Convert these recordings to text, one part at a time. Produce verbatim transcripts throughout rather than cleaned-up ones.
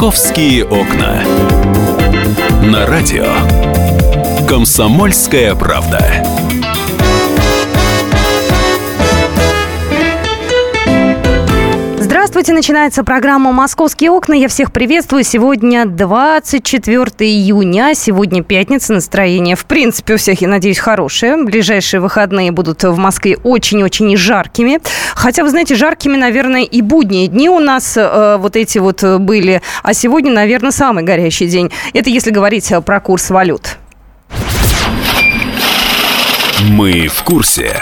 «Московские окна». На радио «Комсомольская правда». Здравствуйте, начинается программа «Московские окна». Я всех приветствую. Сегодня двадцать четвёртого июня, сегодня пятница. Настроение, в принципе, у всех, я надеюсь, хорошее. Ближайшие выходные будут в Москве очень-очень жаркими. Хотя, вы знаете, жаркими, наверное, и будние дни у нас э, вот эти вот были. А сегодня, наверное, самый горячий день. Это если говорить про курс валют. Мы в курсе.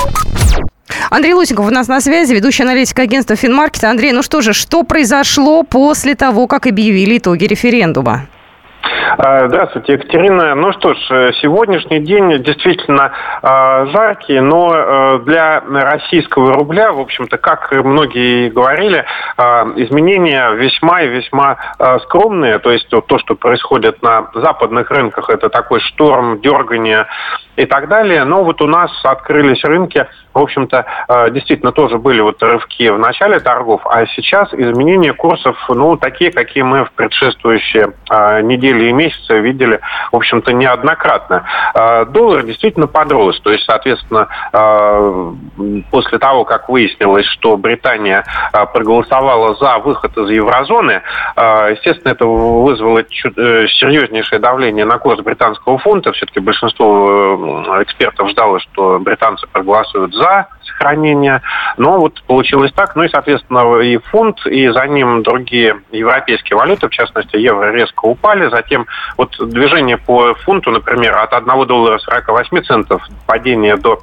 Андрей Лосиков у нас на связи, ведущий аналитик агентства «Финмаркет». Андрей, ну что же, что произошло после того, как объявили итоги референдума? Здравствуйте, Екатерина. Ну что ж, сегодняшний день действительно э, жаркий, но э, для российского рубля, в общем-то, как многие говорили, э, изменения весьма и весьма э, скромные. То есть то, что происходит на западных рынках, это такой шторм, дергание и так далее. Но вот у нас открылись рынки, в общем-то, э, действительно тоже были вот рывки в начале торгов, а сейчас изменения курсов, ну, такие, какие мы в предшествующие э, недели и месяцы видели, в общем-то, неоднократно. Э, доллар действительно подрос, то есть, соответственно, э, после того, как выяснилось, что Британия э, проголосовала за выход из еврозоны, э, естественно, это вызвало чуть, э, серьезнейшее давление на курс британского фунта. Все-таки большинство э, экспертов ждало, что британцы проголосуют за сохранение, но вот получилось так. Ну и, соответственно, и фунт, и за ним другие европейские валюты, в частности, евро, резко упали. Затем вот движение по фунту, например, от одного доллара сорок восемь центов, падение до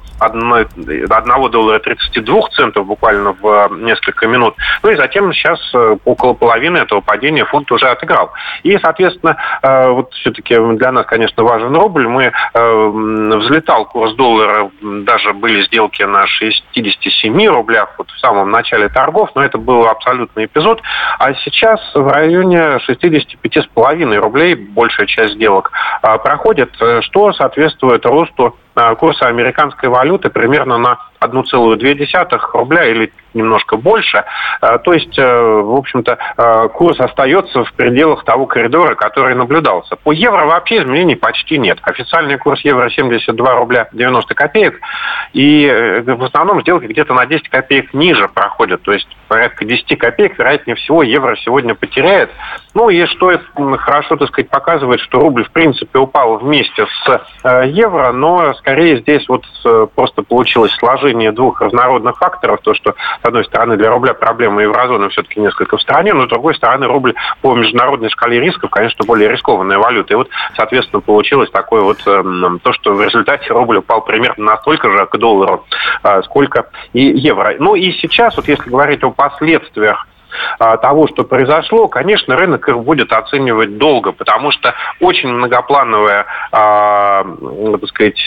одного доллара тридцать два центов буквально в несколько минут. Ну и затем сейчас около половины этого падения фунт уже отыграл. И, соответственно, вот все-таки для нас, конечно, важен рубль. Мы взлетал курс доллара, даже были сделки на шестидесяти семи рублях вот в самом начале торгов, но это был абсолютный эпизод. А сейчас в районе шестидесяти пяти с половиной рублей большая часть сделок а, проходит, что соответствует росту а, курса американской валюты примерно на одна целая две десятых рубля или немножко больше. А, то есть, а, в общем-то, а, курс остается в пределах того коридора, который наблюдался. По евро вообще изменений почти нет. Официальный курс евро семьдесят два рубля девяносто копеек, и в основном сделки где-то на десять копеек ниже проходят, то есть порядка десять копеек, вероятнее всего, евро сегодня потеряет. Ну и что это хорошо, так сказать, показывает, что рубль в принципе упал вместе с э, евро, но скорее здесь вот э, просто получилось сложение двух разнородных факторов, то, что с одной стороны для рубля проблема еврозоны все-таки несколько в стороне, но с другой стороны рубль по международной шкале рисков, конечно, более рискованная валюта. И вот, соответственно, получилось такое вот э, то, что в результате рубль упал примерно настолько же к доллару, э, сколько и евро. Ну и сейчас, вот если говорить о последствиях того, что произошло, конечно, рынок их будет оценивать долго, потому что очень многоплановая, а, так сказать,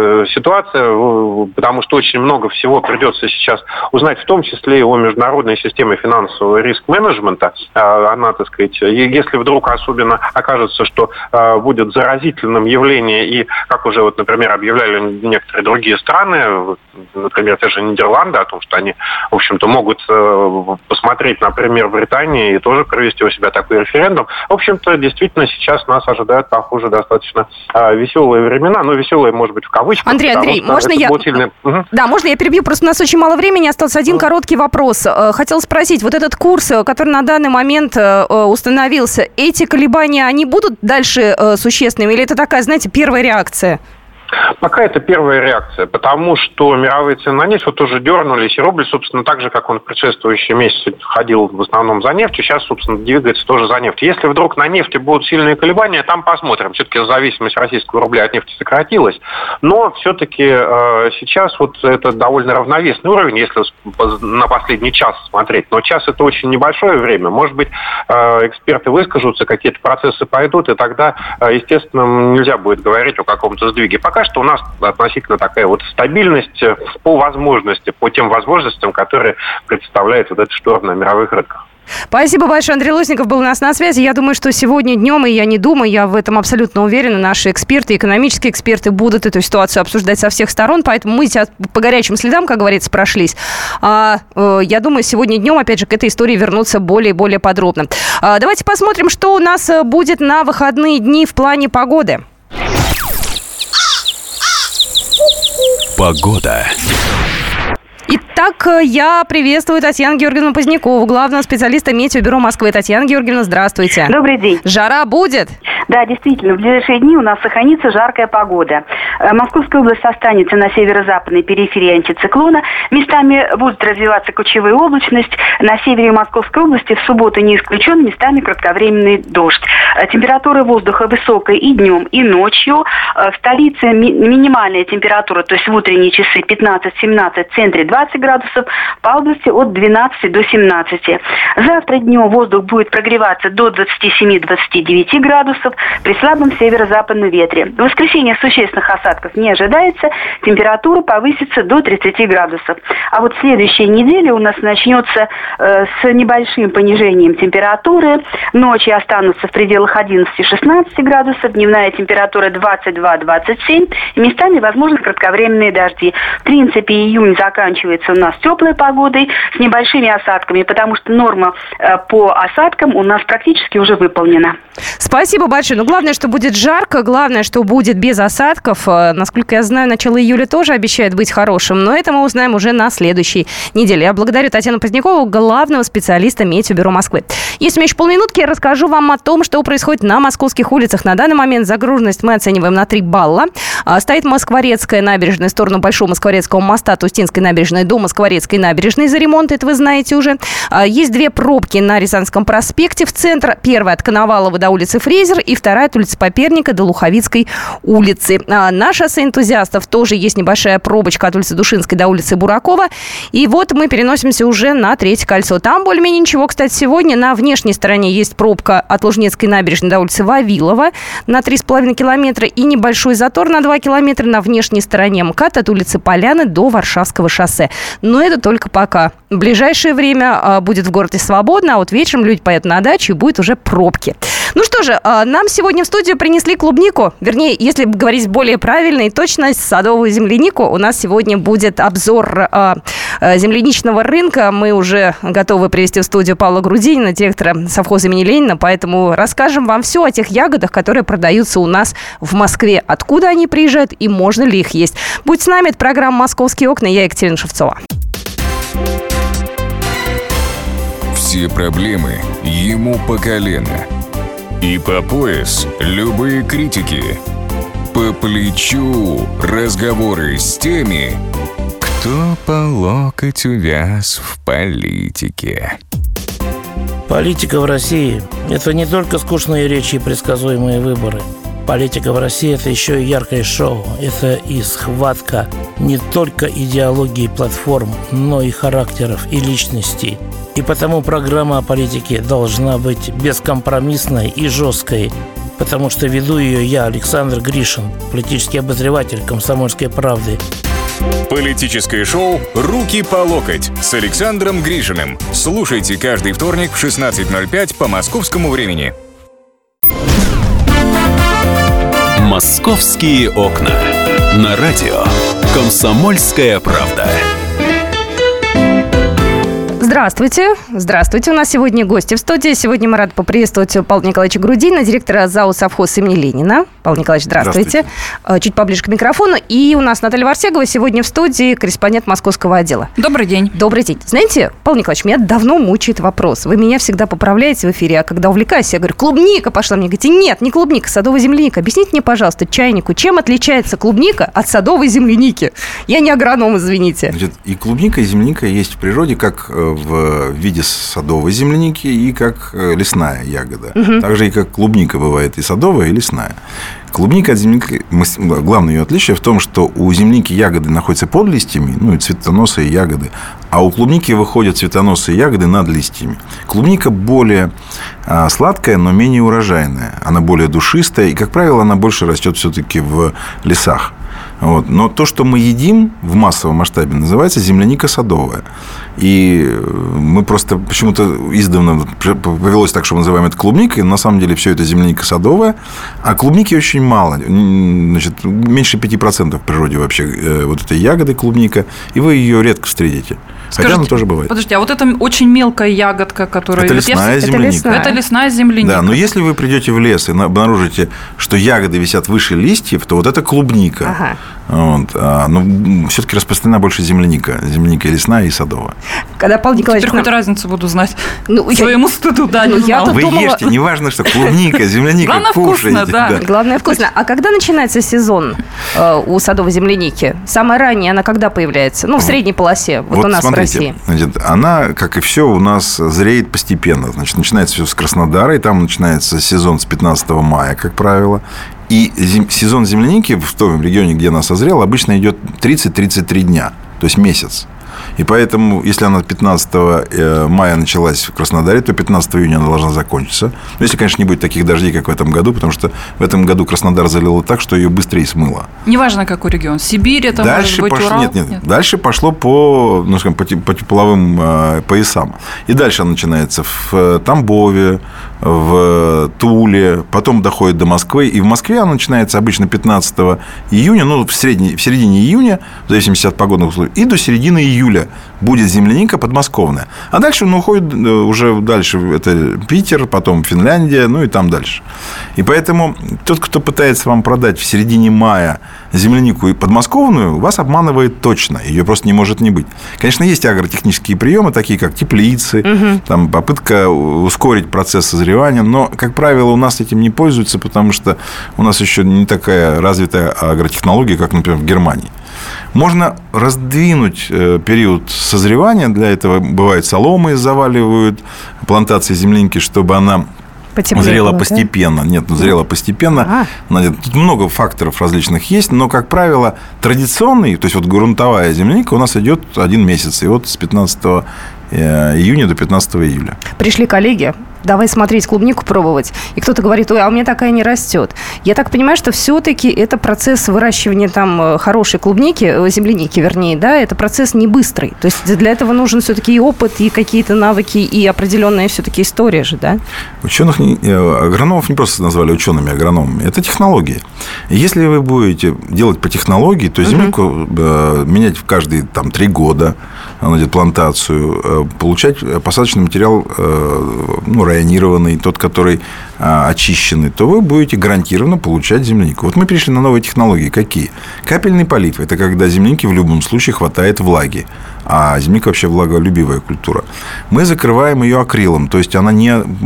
ситуация, потому что очень много всего придется сейчас узнать, в том числе и о международной системе финансового риск-менеджмента. Она, так сказать, если вдруг особенно окажется, что будет заразительным явление, и, как уже, вот, например, объявляли некоторые другие страны, например, те же Нидерланды, о том, что они, в общем-то, могут посмотреть на пример Британии и тоже провести у себя такой референдум. В общем-то, действительно, сейчас нас ожидают, похоже, достаточно э, веселые времена. Ну, веселые, может быть, в кавычках. Андрей, Андрей, можно я... Сильный... Угу. Да, можно я перебью? Просто у нас очень мало времени. Остался один угу. короткий вопрос. Хотела спросить, вот этот курс, который на данный момент установился, эти колебания, они будут дальше существенными? Или это такая, знаете, первая реакция? Пока это первая реакция, потому что мировые цены на нефть вот тоже дернулись, и рубль, собственно, так же, как он в предшествующие месяцы ходил в основном за нефтью, сейчас, собственно, двигается тоже за нефть. Если вдруг на нефти будут сильные колебания, там посмотрим. Все-таки зависимость российского рубля от нефти сократилась, но все-таки э, сейчас вот это довольно равновесный уровень, если на последний час смотреть. Но час это очень небольшое время. Может быть, э, эксперты выскажутся, какие-то процессы пойдут, и тогда, э, естественно, нельзя будет говорить о каком-то сдвиге. Пока что у нас относительно такая вот стабильность по возможности, по тем возможностям, которые представляет вот этот шторм на мировых рынках. Спасибо большое. Андрей Лосиков был у нас на связи. Я думаю, что сегодня днем, и я не думаю, я в этом абсолютно уверена, наши эксперты, экономические эксперты будут эту ситуацию обсуждать со всех сторон, поэтому мы сейчас по горячим следам, как говорится, прошлись. А, э, я думаю, сегодня днем, опять же, к этой истории вернуться более и более подробно. Давайте посмотрим, что у нас будет на выходные дни в плане погоды. Погода. Итак, я приветствую Татьяну Георгиевну Позднякову, главного специалиста Метеобюро Москвы. Татьяна Георгиевна, здравствуйте. Добрый день. Жара будет? Да, действительно, в ближайшие дни у нас сохранится жаркая погода. Московская область останется на северо-западной периферии антициклона. Местами будет развиваться кучевая облачность. На севере Московской области в субботу не исключен, местами кратковременный дождь. Температура воздуха высокая и днем, и ночью. В столице ми- минимальная температура, то есть в утренние часы пятнадцать-семнадцать, в центре двадцать градусов, по области от двенадцати до семнадцати. Завтра днем воздух будет прогреваться до двадцати семи - двадцати девяти градусов при слабом северо-западном ветре. В воскресенье существенных осадков не ожидается, температура повысится до тридцати градусов. А вот следующая неделя у нас начнется э, с небольшим понижением температуры. Ночи останутся в пределах одиннадцати-шестнадцати градусов, дневная температура двадцать два - двадцать семь, и местами возможны кратковременные дожди. В принципе, июнь заканчивается у нас теплой погодой с небольшими осадками, потому что норма э, по осадкам у нас практически уже выполнена. Спасибо большое. Ну, главное, что будет жарко, главное, что будет без осадков. Насколько я знаю, начало июля тоже обещает быть хорошим, но это мы узнаем уже на следующей неделе. Я благодарю Татьяну Позднякову, главного специалиста Метеобюро Москвы. Если у меня еще полминутки, я расскажу вам о том, что происходит на московских улицах. На данный момент загруженность мы оцениваем на три балла. Стоит Москворецкая набережная в сторону Большого Москворецкого моста, Тустинской набережной до Москворецкой набережной за ремонт, это вы знаете уже. Есть две пробки на Рязанском проспекте в центр. Первая от Коновалова до улицы Фрейзер и вторая от улицы Коперника до Луховицкой улицы. А на шоссе энтузиастов тоже есть небольшая пробочка от улицы Душинской до улицы Буракова. И вот мы переносимся уже на Третье кольцо. Там более-менее ничего. Кстати, сегодня на внешней стороне есть пробка от Лужнецкой набережной до улицы Вавилова на три с половиной километра и небольшой затор на два километра на внешней стороне МКАД от улицы Поляны до Варшавского шоссе. Но это только пока. В ближайшее время а, будет в городе свободно, а вот вечером люди поедут на дачу и будет уже пробки. Ну что же, а, нам сегодня в студию принесли клубнику. Вернее, если говорить более правильно и точно, садовую землянику. У нас сегодня будет обзор а, а, земляничного рынка. Мы уже готовы привести в студию Павла Грудинина, директора совхоза имени Ленина. Поэтому расскажем вам все о тех ягодах, которые продаются у нас в Москве. Откуда они приезжают и можно ли их есть. Будь с нами, это программа «Московские окна». Я Екатерина Шевцова. Все проблемы ему по колено. И по пояс любые критики. По плечу разговоры с теми, кто по локоть увяз в политике. Политика в России – это не только скучные речи и предсказуемые выборы. Политика в России – это еще и яркое шоу. Это и схватка не только идеологии платформ, но и характеров и личностей. И потому программа о политике должна быть бескомпромиссной и жесткой, потому что веду ее я, Александр Гришин, политический обозреватель «Комсомольской правды». Политическое шоу «Руки по локоть» с Александром Гришиным. Слушайте каждый вторник в шестнадцать ноль пять по московскому времени. «Московские окна». На радио «Комсомольская правда». Здравствуйте. Здравствуйте. У нас сегодня гости в студии. Сегодня мы рады поприветствовать Павла Николаевича Грудинина, директора ЗАО «Совхоз» имени Ленина. Павел Николаевич, здравствуйте. здравствуйте. Чуть поближе к микрофону. И у нас Наталья Варсегова сегодня в студии, корреспондент московского отдела. Добрый день. Добрый день. Знаете, Павел Николаевич, меня давно мучает вопрос. Вы меня всегда поправляете в эфире, а когда увлекаюсь, я говорю, клубника пошла. Мне говорите, нет, не клубника, садовая земляника. Объясните мне, пожалуйста, чайнику, чем отличается клубника от садовой земляники? Я не агроном, извините. Значит, и клубника, и земляника есть в природе как в виде садовой земляники и как лесная ягода. Угу. Так же и как клубника бывает и садовая, и лесная. Клубника от земляники, главное ее отличие в том, что у земляники ягоды находятся под листьями, ну и цветоносые ягоды, а у клубники выходят цветоносые ягоды над листьями. Клубника более а, сладкая, но менее урожайная. Она более душистая, и, как правило, она больше растет все-таки в лесах. Вот. Но то, что мы едим в массовом масштабе, называется земляника садовая. И мы просто почему-то издавна повелось так, что мы называем это клубникой. На самом деле все это земляника садовая. А клубники очень мало. Значит, меньше пяти процентов в природе вообще вот этой ягоды клубника. И вы ее редко встретите. Скажите, хотя она тоже бывает. Подождите, а вот это очень мелкая ягодка, которая... Это лесная я... земляника. Это лесная. это лесная земляника. Да, но если вы придете в лес и обнаружите, что ягоды висят выше листьев, то вот это клубника. Ага. Вот. А, но все-таки распространена больше земляника. Земляника лесная и садовая. Когда Павел Николаевич... Теперь хоть разницу буду знать. Ну, своему я... стыду, да, не ну, знала. Вы думала... ешьте, неважно, что клубника, земляника, главное кушайте. Вкусно, да. Да. Главное вкусно. А когда начинается сезон э, у садовой земляники? Самая ранняя она когда появляется? Ну, в средней полосе, вот, вот у нас смотрите, в России. Значит, она, как и все, у нас зреет постепенно. Значит, начинается все с Краснодара, и там начинается сезон с пятнадцатого мая, как правило. И зим, сезон земляники в том регионе, где она созрела, обычно идет тридцать-тридцать три дня, то есть месяц. И поэтому, если она пятнадцатого мая началась в Краснодаре, то пятнадцатого июня она должна закончиться. Но если, конечно, не будет таких дождей, как в этом году, потому что в этом году Краснодар залило так, что ее быстрее смыло. Неважно, какой регион. Сибирь, это дальше может быть пошло, Урал? Нет, нет, нет. Дальше пошло по, ну, скажем, по, по тепловым э, поясам. И дальше она начинается в Тамбове, в Туле, потом доходит до Москвы. И в Москве она начинается обычно пятнадцатого июня, ну, в, средней, в середине июня, в зависимости от погодных условий, и до середины июля будет земляника подмосковная. А дальше он уходит уже дальше. Это Питер, потом Финляндия, ну и там дальше. И поэтому тот, кто пытается вам продать в середине мая землянику и подмосковную, вас обманывает точно. Ее просто не может не быть. Конечно, есть агротехнические приемы, такие как теплицы, угу. там попытка ускорить процесс созревания, но, как правило, у нас этим не пользуются, потому что у нас еще не такая развитая агротехнология, как, например, в Германии. Можно раздвинуть период созревания. Для этого, бывает, соломой заваливают плантации земляники, чтобы она потеплее зрела было, постепенно. Да? Нет, ну, зрела постепенно. А-а. Тут много факторов различных есть, но, как правило, традиционный, то есть вот грунтовая земляника у нас идет один месяц. И вот с пятнадцатого июня до пятнадцатого июля. Пришли коллеги, давай смотреть клубнику, пробовать. И кто-то говорит, ой, а у меня такая не растет. Я так понимаю, что все-таки это процесс выращивания там хорошей клубники, земляники, вернее, да, это процесс не быстрый. То есть для этого нужен все-таки и опыт, и какие-то навыки, и определенная все-таки история же, да? Ученых, агрономов не просто назвали учеными агрономами, это технологии. Если вы будете делать по технологии, то землянику uh-huh. менять в каждые там, три года, плантацию, получать посадочный материал, ну, районированный, тот, который а, очищенный, то вы будете гарантированно получать землянику. Вот мы перешли на новые технологии. Какие? Капельный полив. Это когда земляники в любом случае хватает влаги. А земляника вообще влаголюбивая культура. Мы закрываем ее акрилом. То есть, она не,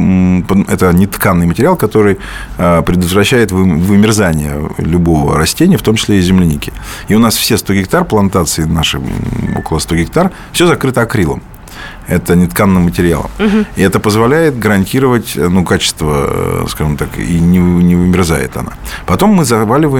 это не тканный материал, который предотвращает вымерзание любого растения, в том числе и земляники. И у нас все сто гектар плантации, наши около ста гектар, все закрыто акрилом. Это нетканным материалом. Угу. И это позволяет гарантировать, ну, качество, скажем так, и не, не вымерзает она. Потом мы заваливаем